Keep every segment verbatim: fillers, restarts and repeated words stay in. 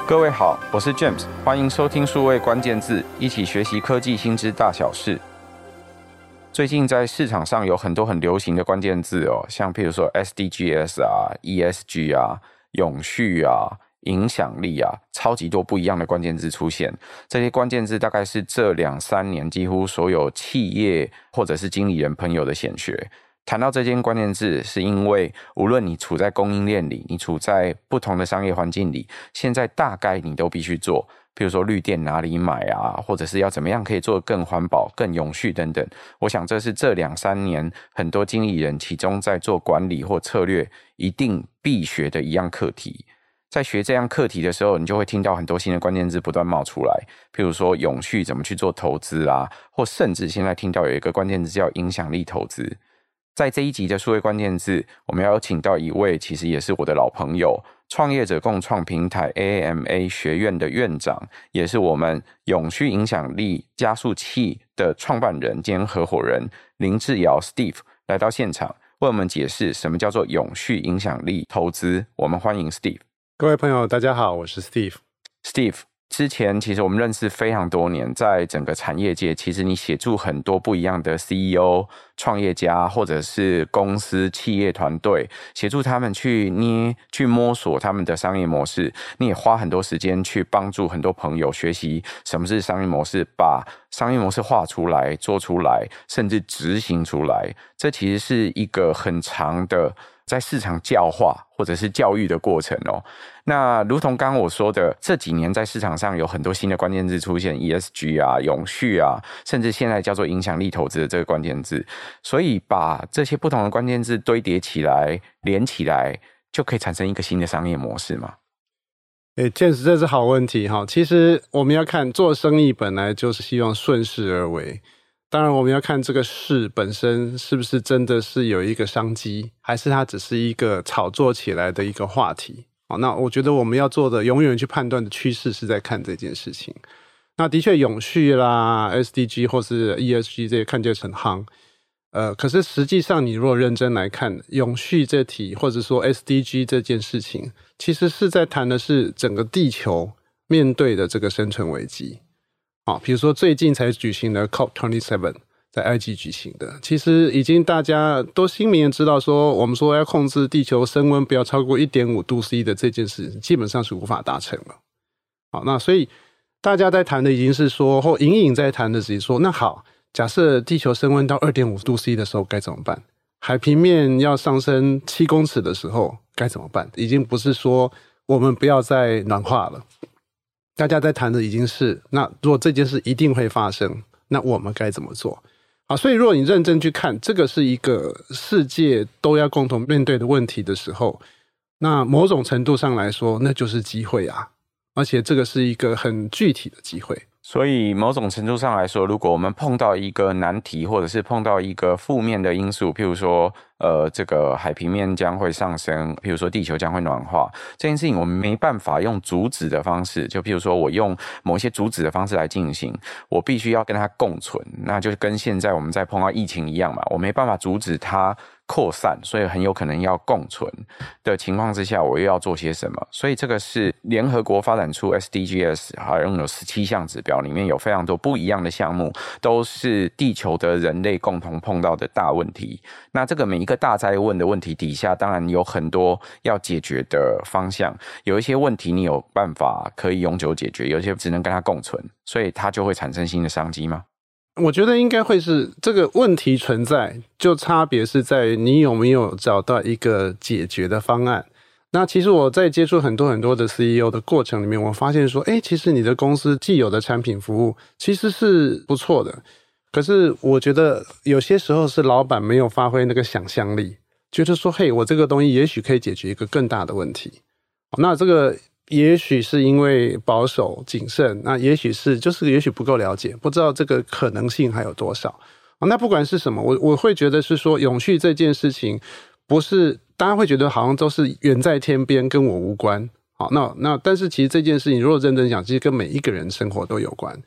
各位好，我是 James， 欢迎收听数位关键字，一起学习科技新知大小事。最近在市场上有很多很流行的关键字哦，像譬如说 S D G S 啊、E S G 啊、永续啊、影响力啊，超级多不一样的关键字出现。这些关键字大概是这两三年几乎所有企业或者是经理人朋友的显学。谈到这些关键字，是因为无论你处在供应链里，你处在不同的商业环境里，现在大概你都必须做，譬如说绿电哪里买啊，或者是要怎么样可以做得更环保、更永续等等。我想这是这两三年很多经理人其中在做管理或策略一定必学的一样课题。在学这样课题的时候，你就会听到很多新的关键字不断冒出来，譬如说永续怎么去做投资啊，或甚至现在听到有一个关键字叫影响力投资。在这一集的数位关键字，我们要请到一位其实也是我的老朋友，创业者共创平台 A A M A 学院的院长，也是我们永续影响力加速器的创办人兼合伙人林志尧 Steve 来到现场，为我们解释什么叫做永续影响力投资。我们欢迎 Steve。 各位朋友大家好，我是 Steve。 Steve，之前其实我们认识非常多年，在整个产业界，其实你协助很多不一样的 C E O、创业家或者是公司、企业团队，协助他们去捏、去摸索他们的商业模式。你也花很多时间去帮助很多朋友学习什么是商业模式，把商业模式画出来、做出来，甚至执行出来。这其实是一个很长的在市场教化或者是教育的过程哦。那如同刚刚我说的，这几年在市场上有很多新的关键字出现 ，E S G 啊、永续啊，甚至现在叫做影响力投资的这个关键字。所以把这些不同的关键字堆叠起来、连起来，就可以产生一个新的商业模式嘛？ 诶 James， 这是好问题哈。其实我们要看做生意本来就是希望顺势而为。当然我们要看这个事本身是不是真的是有一个商机，还是它只是一个炒作起来的一个话题。那我觉得我们要做的永远去判断的趋势是在看这件事情。那的确永续啦 S D G 或是 E S G 这些看起来很夯，呃，可是实际上你如果认真来看永续这题或者说 S D G 这件事情，其实是在谈的是整个地球面对的这个生存危机。好，比如说最近才举行的 C O P 二十七， 在埃及举行的，其实已经大家都心里面知道说，我们说要控制地球升温不要超过 一点五度 C 的这件事基本上是无法达成了。好，那所以大家在谈的已经是说，或隐隐在谈的是说，那好，假设地球升温到 二点五度 C 的时候该怎么办？海平面要上升七公尺的时候该怎么办？已经不是说我们不要再暖化了，大家在谈的已经是，那如果这件事一定会发生，那我们该怎么做？好，所以如果你认真去看，这个是一个世界都要共同面对的问题的时候，那某种程度上来说，那就是机会啊，而且这个是一个很具体的机会。 所以某种程度上来说，如果我们碰到一个难题，或者是碰到一个负面的因素，譬如说呃，这个海平面将会上升，譬如说地球将会暖化，这件事情我们没办法用阻止的方式，就譬如说我用某一些阻止的方式来进行，我必须要跟它共存，那就跟现在我们在碰到疫情一样嘛，我没办法阻止它扩散，所以很有可能要共存的情况之下，我又要做些什么？所以这个是联合国发展出 S D G S， 好像有十七项指标，里面有非常多不一样的项目，都是地球的人类共同碰到的大问题。那这个每一个大灾问的问题底下，当然有很多要解决的方向，有一些问题你有办法可以永久解决，有一些只能跟它共存，所以它就会产生新的商机吗？ 我觉得应该会是这个问题存在，就差别是在你有没有找到一个解决的方案。那其实我在接触很多很多的 C E O 的过程里面，我发现说，诶，其实你的公司既有的产品服务其实是不错的，可是我觉得有些时候是老板没有发挥那个想象力，觉得说，嘿，我这个东西也许可以解决一个更大的问题。那这个也许是因为保守谨慎，那也许是就是也许不够了解，不知道这个可能性还有多少。那不管是什么，我我会觉得是说永续这件事情不是大家会觉得好像都是远在天边，跟我无关。好，那那但是其实这件事情如果认真讲，其实跟每一个人生活都有关。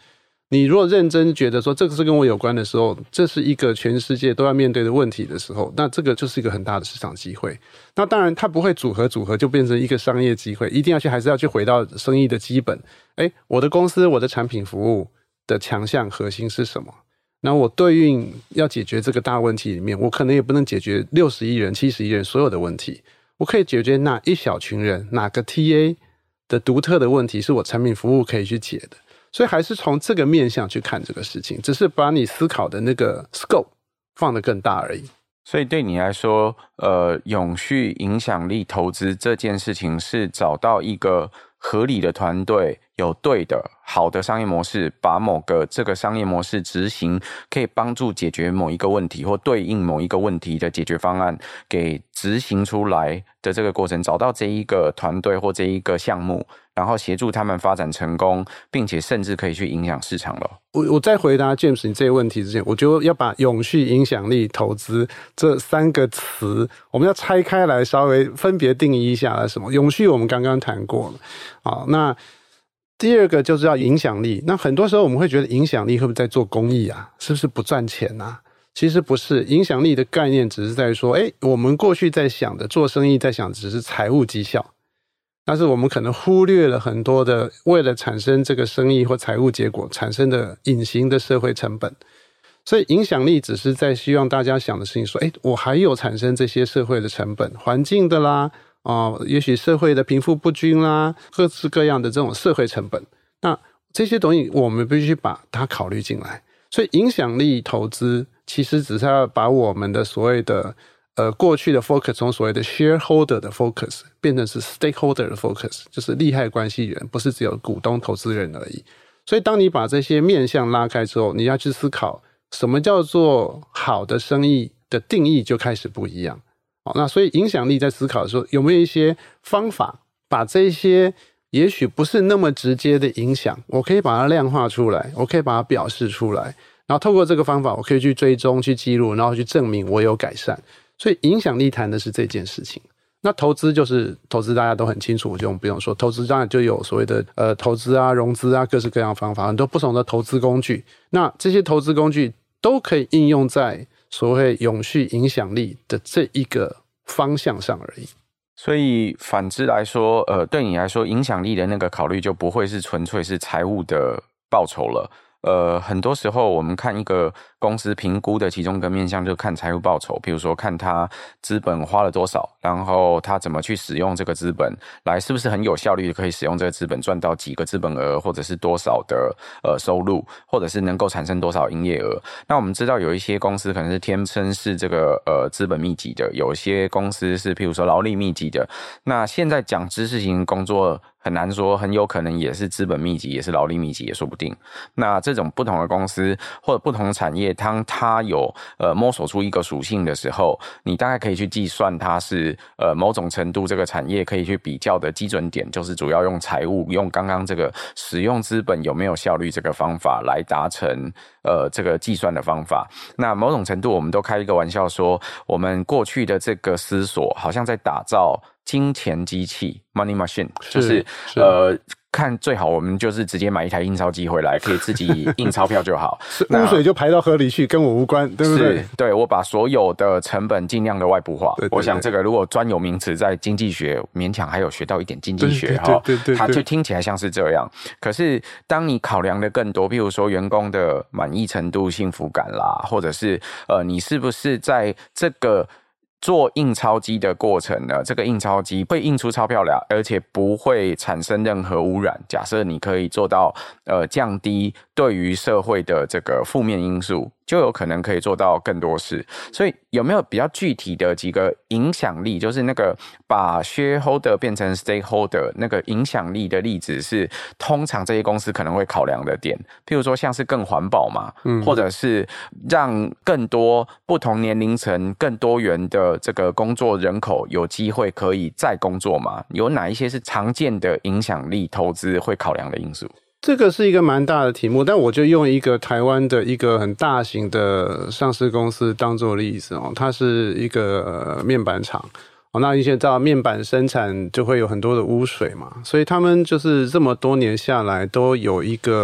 你如果认真觉得说这个是跟我有关的时候，这是一个全世界都要面对的问题的时候，那这个就是一个很大的市场机会。那当然它不会组合组合就变成一个商业机会，一定要去还是要去回到生意的基本。诶，我的公司我的产品服务的强项核心是什么？那我对应要解决这个大问题里面，我可能也不能解决六十亿人七十亿人所有的问题，我可以解决哪一小群人哪个 T A 的独特的问题是我产品服务可以去解的。所以还是从这个面向去看这个事情，只是把你思考的那个 scope 放得更大而已。 所以对你来说，呃，永续影响力投资这件事情是找到一个合理的团队，有对的好的商业模式，把某个这个商业模式执行，可以帮助解决某一个问题或对应某一个问题的解决方案给执行出来的这个过程，找到这一个团队或这一个项目，然后协助他们发展成功，并且甚至可以去影响市场了。 我我在回答 James 你这个问题之前，我觉得要把永续影响力投资这三个词，我们要拆开来稍微分别定义一下是什么。永续我们刚刚谈过了，好，那第二个就是要影响力。那很多时候我们会觉得影响力会不会在做公益啊？是不是不赚钱啊？其实不是，影响力的概念只是在说，哎，我们过去在想的做生意在想只是财务绩效。但是我们可能忽略了很多的为了产生这个生意或财务结果产生的隐形的社会成本，所以影响力只是在希望大家想的事情说，诶，我还有产生这些社会的成本，环境的啦，哦，也许社会的贫富不均啦，各式各样的这种社会成本，那这些东西我们必须把它考虑进来。所以影响力投资其实只是要把我们的所谓的呃，过去的 focus 从所谓的 shareholder 的 focus 变成是 stakeholder 的 focus， 就是利害关系人，不是只有股东投资人而已。所以当你把这些面向拉开之后，你要去思考什么叫做好的生意的定义就开始不一样。好，那所以影响力在思考的时候，有没有一些方法把这些也许不是那么直接的影响，我可以把它量化出来，我可以把它表示出来，然后透过这个方法我可以去追踪去记录，然后去证明我有改善。所以影响力谈的是这件事情。那投资就是投资，大家都很清楚，我就不用说。投资当然就有所谓的呃投资啊、融资啊，各式各样的方法，很多不同的投资工具。那这些投资工具都可以应用在所谓永续影响力的这一个方向上而已。 所以反之来说，呃，对你来说，影响力的那个考虑就不会是纯粹是财务的报酬了。呃，很多时候我们看一个公司评估的其中一个面向就是看财务报酬，比如说看它资本花了多少，然后它怎么去使用这个资本，来是不是很有效率的可以使用这个资本赚到几个资本额，或者是多少的呃收入，或者是能够产生多少营业额。那我们知道有一些公司可能是天生是这个呃资本密集的，有一些公司是譬如说劳力密集的。那现在讲知识型工作很难说，很有可能也是资本密集，也是劳力密集，也说不定。那这种不同的公司或者不同的产业，当它有呃摸索出一个属性的时候，你大概可以去计算它是呃某种程度这个产业可以去比较的基准点，就是主要用财务，用刚刚这个使用资本有没有效率这个方法来达成呃这个计算的方法。那某种程度我们都开一个玩笑说，我们过去的这个思索好像在打造金钱机器 money machine， 就是是呃看最好我们就是直接买一台印钞机回来，可以自己印钞票就好， 污水就排到河里去，跟我无关，对不对？ 是，对，我把所有的成本尽量的外部化。 对对对， 我想这个如果专有名词在经济学勉强还有学到一点经济学哈，它就听起来像是这样。可是当你考量的更多，比如说员工的满意程度、幸福感啦，或者是呃你是不是在这个做印钞机的过程呢，这个印钞机会印出钞票来，而且不会产生任何污染。假设你可以做到呃降低对于社会的这个负面因素，就有可能可以做到更多事。所以有没有比较具体的几个影响力，就是那个把 shareholder 变成 stakeholder 那个影响力的例子，是通常这些公司可能会考量的点？譬如说像是更环保嘛，嗯，或者是让更多不同年龄层、更多元的这个工作人口有机会可以再工作嘛？有哪一些是常见的影响力投资会考量的因素？ 这个是一个蛮大的题目，但我就用一个台湾的一个很大型的上市公司当做例子哦，它是一个面板厂哦，那你现在知道面板生产就会有很多的污水嘛，所以他们就是这么多年下来都有一个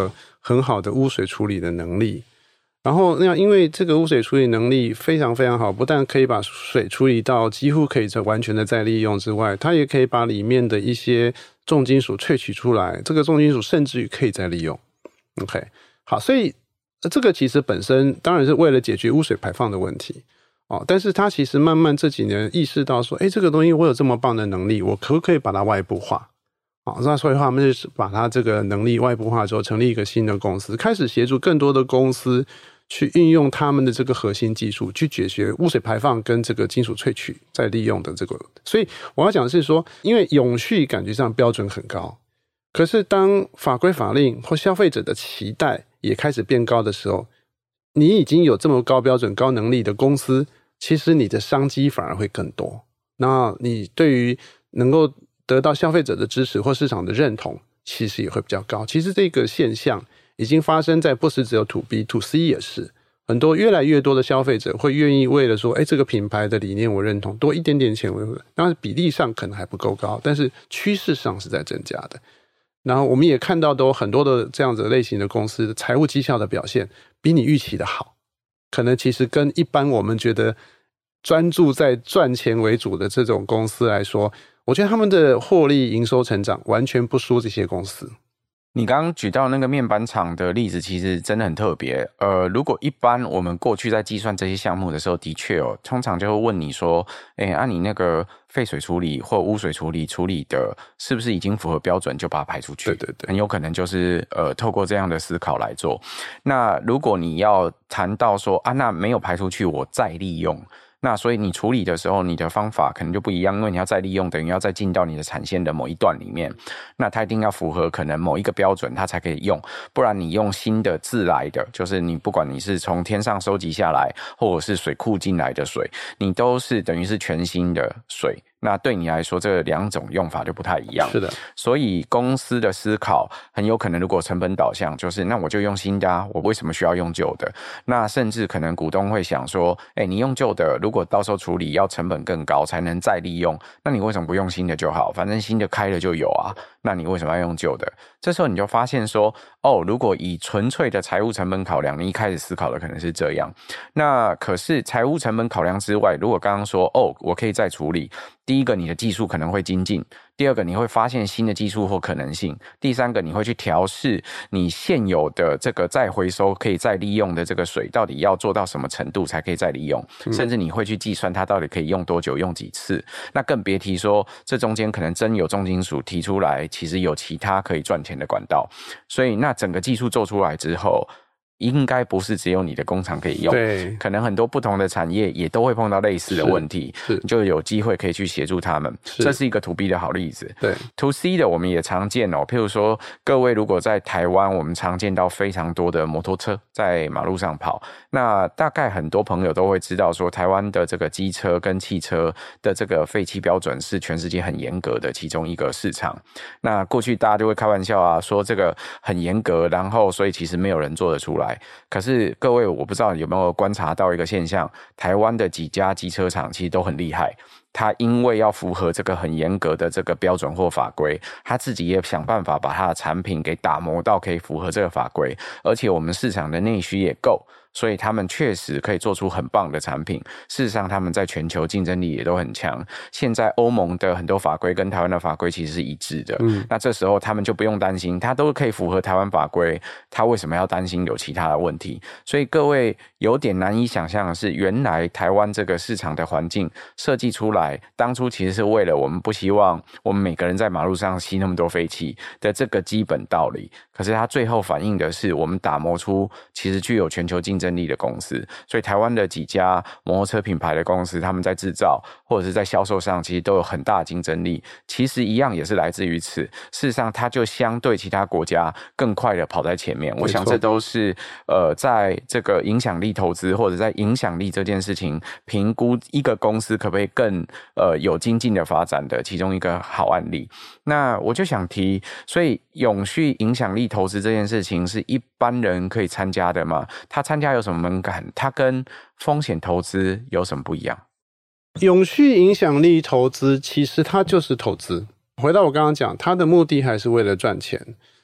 很好的污水处理的能力。然后那因为这个污水处理能力非常非常好，不但可以把水处理到几乎可以完全的再利用之外，它也可以把里面的一些重金属萃取出来，这个重金属甚至于可以再利用。 OK， 好，所以这个其实本身当然是为了解决污水排放的问题哦，但是它其实慢慢这几年意识到说，哎，这个东西我有这么棒的能力，我可不可以把它外部化？好，那所以话，我们就是把它这个能力外部化之后，成立一个新的公司，开始协助更多的公司去运用他们的这个核心技术，去解决污水排放跟这个金属萃取再利用的这个。所以我要讲的是说，因为永续感觉上标准很高，可是当法规法令或消费者的期待也开始变高的时候，你已经有这么高标准、高能力的公司，其实你的商机反而会更多。那你对于能够得到消费者的支持或市场的认同，其实也会比较高。其实这个现象已经发生在不是只有 to B to C 也是，很多越来越多的消费者会愿意为了说，哎，这个品牌的理念我认同，多一点点钱，当然比例上可能还不够高，但是趋势上是在增加的。然后我们也看到都很多的这样子类型的公司的财务绩效的表现比你预期的好，可能其实跟一般我们觉得专注在赚钱为主的这种公司来说，我觉得他们的获利营收成长完全不输这些公司。 你刚刚举到那个面板厂的例子，其实真的很特别。呃，如果一般我们过去在计算这些项目的时候，的确哦，通常就会问你说，哎，啊你那个废水处理或污水处理处理的，是不是已经符合标准就把它排出去？ 对对对， 很有可能就是呃，透过这样的思考来做。那如果你要谈到说啊，那没有排出去，我再利用。那所以你处理的时候，你的方法可能就不一样，因为你要再利用，等于要再进到你的产线的某一段里面，那它一定要符合可能某一个标准，它才可以用，不然你用新的自来的，就是你不管你是从天上收集下来，或者是水库进来的水，你都是等于是全新的水。那对你来说，这两种用法就不太一样。 是的， 所以公司的思考很有可能，如果成本导向，就是那我就用新的啊，我为什么需要用旧的？那甚至可能股东会想说，哎，你用旧的，如果到时候处理要成本更高，才能再利用，那你为什么不用新的就好？反正新的开了就有啊，那你为什么要用旧的？这时候你就发现说，哦，如果以纯粹的财务成本考量，你一开始思考的可能是这样。那可是财务成本考量之外，如果刚刚说，哦，我可以再处理。第一个，你的技术可能会精进；第二个，你会发现新的技术或可能性；第三个，你会去调试你现有的这个再回收可以再利用的这个水，到底要做到什么程度才可以再利用？甚至你会去计算它到底可以用多久、用几次。那更别提说，这中间可能真有重金属提出来，其实有其他可以赚钱的管道。所以，那整个技术做出来之后，应该不是只有你的工厂可以用， 对， 可能很多不同的产业也都会碰到类似的问题，你就有机会可以去协助他们。这是一个 to B 的好例子。 对 to C 的我们也常见哦，譬如说各位如果在台湾，我们常见到非常多的摩托车在马路上跑，那大概很多朋友都会知道说，台湾的这个机车跟汽车的这个废气标准是全世界很严格的其中一个市场。那过去大家就会开玩笑啊，说这个很严格，然后所以其实没有人做得出来。可是各位，我不知道有没有观察到一个现象，台湾的几家机车厂其实都很厉害，他因为要符合这个很严格的这个标准或法规，他自己也想办法把他的产品给打磨到可以符合这个法规，而且我们市场的内需也够，所以他们确实可以做出很棒的产品。事实上他们在全球竞争力也都很强，现在欧盟的很多法规跟台湾的法规其实是一致的、嗯、那这时候他们就不用担心，他都可以符合台湾法规，他为什么要担心有其他的问题？所以各位有点难以想象的是，原来台湾这个市场的环境设计出来，当初其实是为了我们不希望我们每个人在马路上吸那么多废气的这个基本道理，可是它最后反映的是我们打磨出其实具有全球竞争力的公司。所以台湾的几家摩托车品牌的公司，他们在制造或者是在销售上其实都有很大的竞争力，其实一样也是来自于此。事实上它就相对其他国家更快的跑在前面，我想这都是呃在这个影响力投资或者在影响力这件事情评估一个公司可不可以更呃有精进的发展的其中一个好案例。那我就想提，所以永续影响力投资这件事情是一般人可以参加的吗？他参加有什么门槛？他跟风险投资有什么不一样？ 永续影响力投资其实它就是投资，回到我刚刚讲，它的目的还是为了赚钱，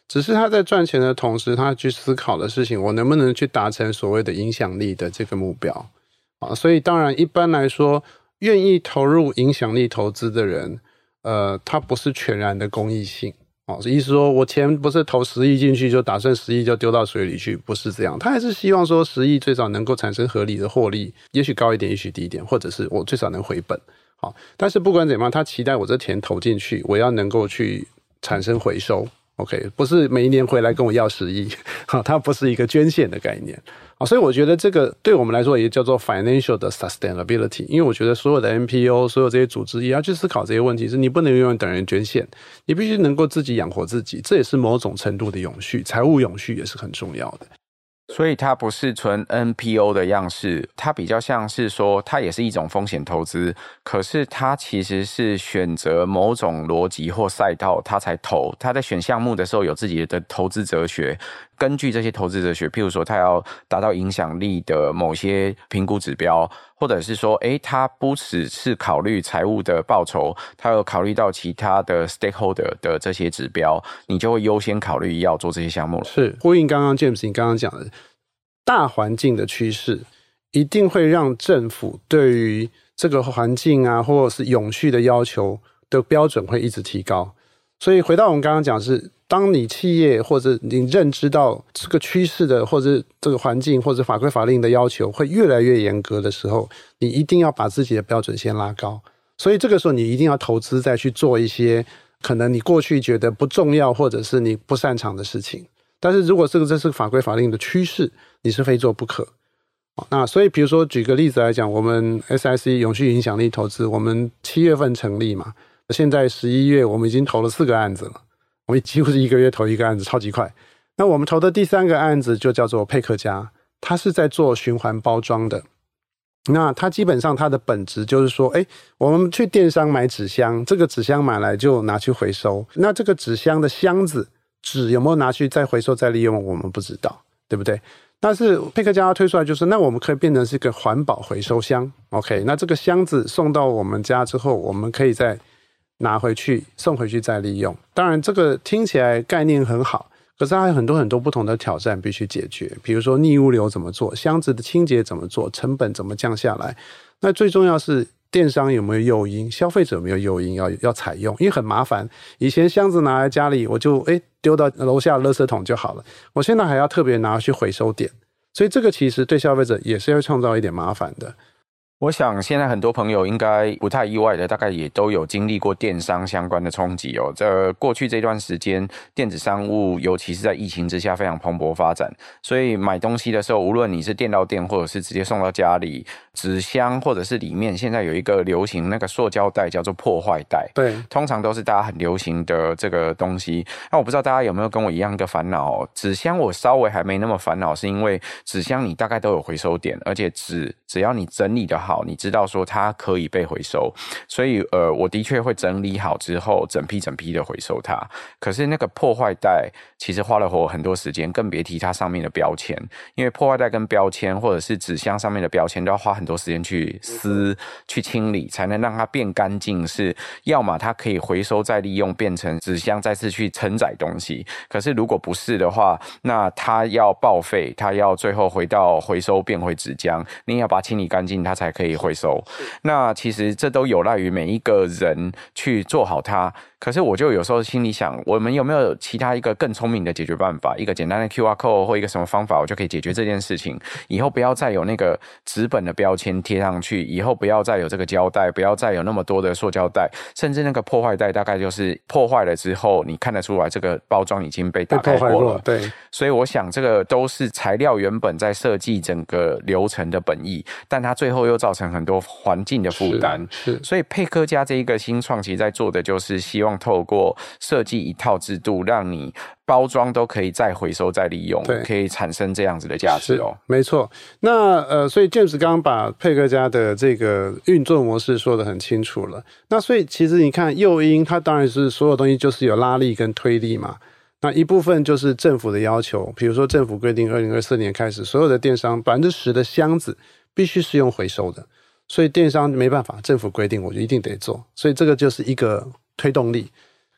只是他在赚钱的同时，他去思考的事情，我能不能去达成所谓的影响力的这个目标啊？所以当然一般来说，愿意投入影响力投资的人，呃，他不是全然的公益性。哦，意思说我钱不是投十亿进去就打算十亿就丢到水里去，不是这样，他还是希望说十亿最少能够产生合理的获利，也许高一点，也许低一点，或者是我最少能回本。好，但是不管怎么样，他期待我这钱投进去，我要能够去产生回收。OK， 不是每一年回来跟我要十亿，好，它不是一个捐献的概念。好，所以我觉得这个对我们来说也叫做 financial 的 sustainability， 因为我觉得所有的 N P O 所有这些组织也要去思考这些问题，是你不能永远等人捐献，你必须能够自己养活自己，这也是某种程度的永续，财务永续也是很重要的。 所以它不是纯 N P O 的样式，它比较像是说它也是一种风险投资，可是它其实是选择某种逻辑或赛道它才投，它在选项目的时候有自己的投资哲学，根据这些投资哲学，譬如说它要达到影响力的某些评估指标，或者是说诶它不只是考虑财务的报酬，它有考虑到其他的 stakeholder 的这些指标，你就会优先考虑要做这些项目。 是呼应刚刚 James 你刚刚讲的大环境的趋势，一定会让政府对于这个环境啊或者是永续的要求的标准会一直提高。所以回到我们刚刚讲，是当你企业或者你认知到这个趋势的或者这个环境或者法规法令的要求会越来越严格的时候，你一定要把自己的标准先拉高。所以这个时候你一定要投资再去做一些可能你过去觉得不重要或者是你不擅长的事情，但是如果这个这是法规法令的趋势，你是非做不可。那所以比如说举个例子来讲，我们 S I C 永续影响力投资，我们七月份成立嘛，现在十一月我们已经投了四个案子了，我们几乎是一个月投一个案子，超级快。那我们投的第三个案子就叫做佩克家，它是在做循环包装的。那它基本上它的本质就是说，哎，我们去电商买纸箱，这个纸箱买来就拿去回收，那这个纸箱的箱子纸有没有拿去再回收再利用我们不知道，对不对？但是佩克家推出来就是，那我们可以变成是一个环保回收箱 OK， 那这个箱子送到我们家之后，我们可以再拿回去送回去再利用。当然这个听起来概念很好，可是它有很多很多不同的挑战必须解决，比如说逆物流怎么做，箱子的清洁怎么做，成本怎么降下来。那最重要是电商有没有诱因，消费者有没有诱因要要采用，因为很麻烦。以前箱子拿来家里我就诶丢到楼下垃圾桶就好了，我现在还要特别拿去回收点，所以这个其实对消费者也是会创造一点麻烦的。 我想现在很多朋友应该不太意外的，大概也都有经历过电商相关的冲击哦。这过去这段时间，电子商务尤其是在疫情之下非常蓬勃发展，所以买东西的时候，无论你是店到店或者是直接送到家里，纸箱或者是里面，现在有一个流行那个塑胶袋叫做破坏袋， 对， 通常都是大家很流行的这个东西。那我不知道大家有没有跟我一样的烦恼哦？纸箱我稍微还没那么烦恼，是因为纸箱你大概都有回收点，而且纸只要你整理的好，你知道说它可以被回收，所以呃，我的确会整理好之后整批整批的回收它。可是那个破坏袋其实花了我很多时间，更别提它上面的标签，因为破坏袋跟标签或者是纸箱上面的标签都要花很多时间去撕去清理，才能让它变干净，是要么它可以回收再利用变成纸箱再次去承载东西，可是如果不是的话，那它要报废，它要最后回到回收变回纸浆，你也要把它清理干净它才可以回收。那其实这都有赖于每一个人去做好它。可是我就有时候心里想，我们有没有其他一个更聪明的解决办法，一个简单的 Q R code 或一个什么方法，我就可以解决这件事情。以后不要再有那个纸本的标签贴上去，以后不要再有这个胶带，不要再有那么多的塑胶袋，甚至那个破坏袋大概就是破坏了之后你看得出来这个包装已经被打开过了， 对。 所以我想这个都是材料原本在设计整个流程的本意，但它最后又造成很多环境的负担。所以佩科家这一个新创其实在做的就是希望透过设计一套制度，让你包装都可以再回收再利用，可以产生这样子的价值哦。 没错。那呃，所以 James 刚刚把佩科家的这个运作模式说得很清楚了。那所以其实你看诱因，它当然是所有东西就是有拉力跟推力嘛。那一部分就是政府的要求，比如说政府规定二零二四年开始，所有的电商 百分之十 的箱子必须是用回收的，所以电商没办法，政府规定我就一定得做，所以这个就是一个推动力。可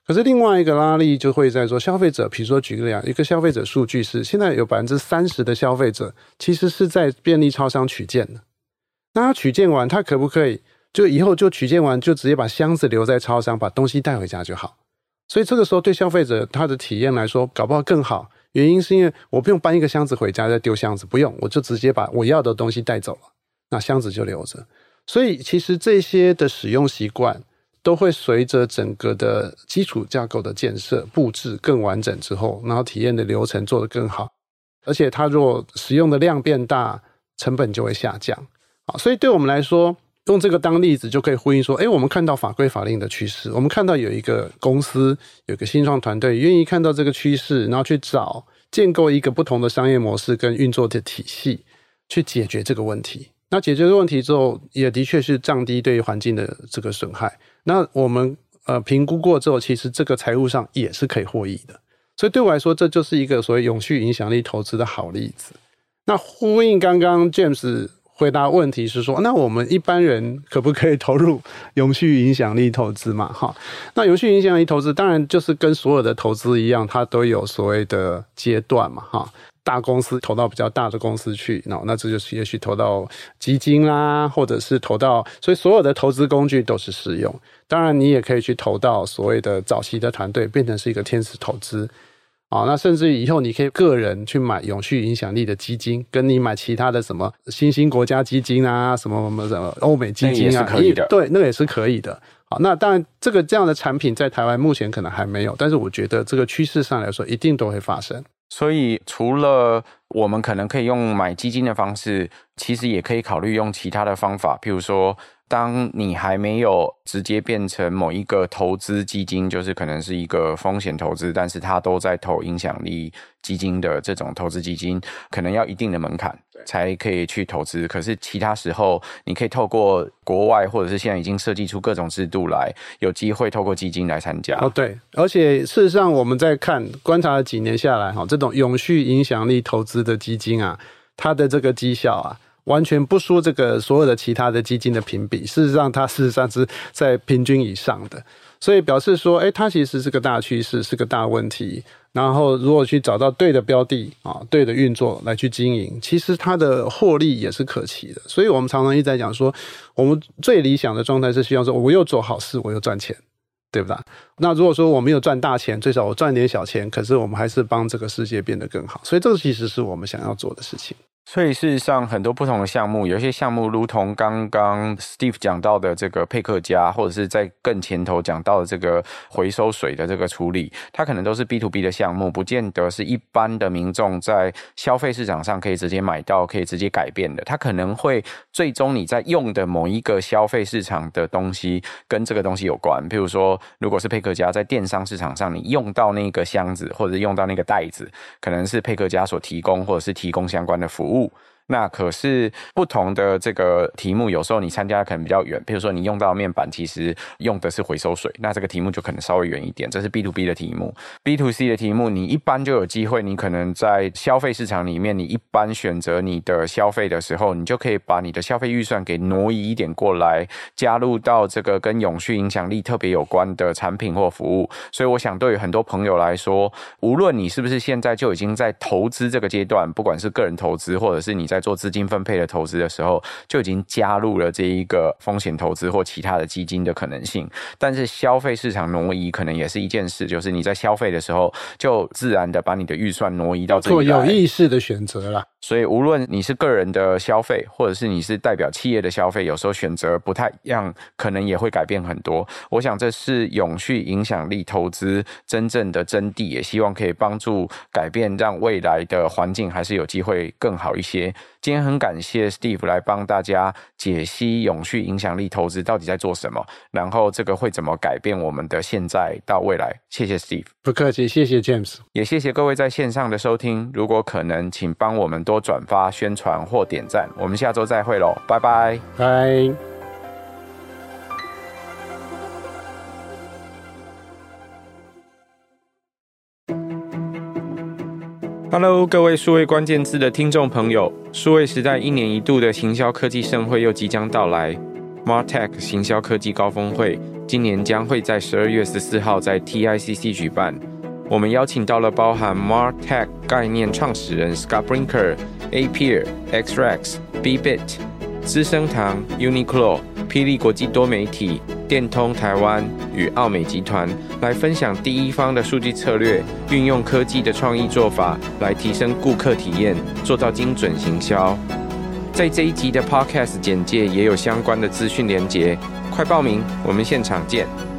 可是另外一个拉力就会在说，消费者，比如说举个例，一个消费者数据是现在有百分之三十的消费者其实是在便利超商取件的。那他取件完，他可不可以就以后就取件完就直接把箱子留在超商，把东西带回家就好？所以这个时候对消费者他的体验来说，搞不好更好。原因是因为我不用搬一个箱子回家再丢箱子，不用，我就直接把我要的东西带走了，那箱子就留着。所以其实这些的使用习惯都会随着整个的基础架构的建设布置更完整之后，然后体验的流程做得更好，而且它如果使用的量变大，成本就会下降。好，所以对我们来说，用这个当例子就可以呼应说，诶，我们看到法规法令的趋势，我们看到有一个公司有一个新创团队愿意看到这个趋势，然后去找建构一个不同的商业模式跟运作的体系去解决这个问题。那解决这个问题之后，也的确是降低对于环境的这个损害。那我们呃评估过之后，其实这个财务上也是可以获益的。所以对我来说，这就是一个所谓永续影响力投资的好例子。那呼应刚刚 James 回答问题是说，那我们一般人可不可以投入永续影响力投资嘛？哈，那永续影响力投资当然就是跟所有的投资一样，它都有所谓的阶段嘛，哈。大公司投到比较大的公司去，那这就是也许投到基金啦，或者是投到，所以所有的投资工具都是适用。当然，你也可以去投到所谓的早期的团队，变成是一个天使投资啊。那甚至以后你可以个人去买永续影响力的基金，跟你买其他的什么新兴国家基金啊，什么什么什么欧美基金啊， 那也是可以的。 对，那个也是可以的。好，那当然，这个这样的产品在台湾目前可能还没有，但是我觉得这个趋势上来说，一定都会发生。 所以除了我们可能可以用买基金的方式，其实也可以考虑用其他的方法，譬如说当你还没有直接变成某一个投资基金，就是可能是一个风险投资，但是它都在投影响力基金的这种投资基金，可能要一定的门槛才可以去投资。可是其他时候你可以透过国外或者是现在已经设计出各种制度来，有机会透过基金来参加。 哦，对，而且事实上我们在看观察了几年下来，这种永续影响力投资的基金啊，它的这个绩效啊，完全不输这个所有的其他的基金的评比，事实上它事实上是在平均以上的，所以表示说，哎，它其实是个大趋势，是个大问题。然后如果去找到对的标的啊，对的运作来去经营，其实它的获利也是可期的。所以我们常常一直在讲说，我们最理想的状态是希望说，我又做好事，我又赚钱，对不对？那如果说我没有赚大钱，最少我赚点小钱，可是我们还是帮这个世界变得更好。所以这个其实是我们想要做的事情。 所以事实上很多不同的项目，有一些项目如同刚刚 Steve 讲到的这个佩克家，或者是在更前头讲到的这个回收水的这个处理，它可能都是 B to B 的项目，不见得是一般的民众在消费市场上可以直接买到，可以直接改变的。它可能会最终你在用的某一个消费市场的东西跟这个东西有关，譬如说如果是佩克家在电商市场上，你用到那个箱子或者用到那个袋子，可能是佩克家所提供或者是提供相关的服务。那可是不同的这个题目，有时候你参加的可能比较远，比如说你用到面板其实用的是回收水，那这个题目就可能稍微远一点，这是 B to B 的题目。 B to C 的题目你一般就有机会，你可能在消费市场里面，你一般选择你的消费的时候，你就可以把你的消费预算给挪移一点过来，加入到这个跟永续影响力特别有关的产品或服务。所以我想对于很多朋友来说，无论你是不是现在就已经在投资这个阶段，不管是个人投资或者是你在做资金分配的投资的时候，就已经加入了这一个风险投资或其他的基金的可能性。但是消费市场挪移可能也是一件事，就是你在消费的时候就自然的把你的预算挪移到这里来， 做有意识的选择啦。 所以无论你是个人的消费，或者是你是代表企业的消费，有时候选择不太一样，可能也会改变很多。我想这是永续影响力投资真正的真谛，也希望可以帮助改变，让未来的环境还是有机会更好一些。今天很感谢 Steve 来帮大家解析永续影响力投资到底在做什么，然后这个会怎么改变我们的现在到未来。谢谢 Steve。 不客气，谢谢 James， 也谢谢各位在线上的收听。如果可能，请帮我们多转发、宣传或点赞。我们下周再会咯，拜拜。 拜。 Hello， 各位数位关键字的听众朋友，数位时代一年一度的行销科技盛会又即将到来。Martech 行销科技高峰会今年将会在十二月十四号在 T I C C 举办。我们邀请到了包含 MarTech 概念创始人 Scott Brinker、A-Peer、X-Rex、B-Bit、资生堂、Uniqlo、霹雳国际多媒体、电通台湾与奥美集团来分享第一方的数据策略，运用科技的创意做法来提升顾客体验，做到精准行销。在这一集的 Podcast 简介也有相关的资讯连结，快报名，我们现场见。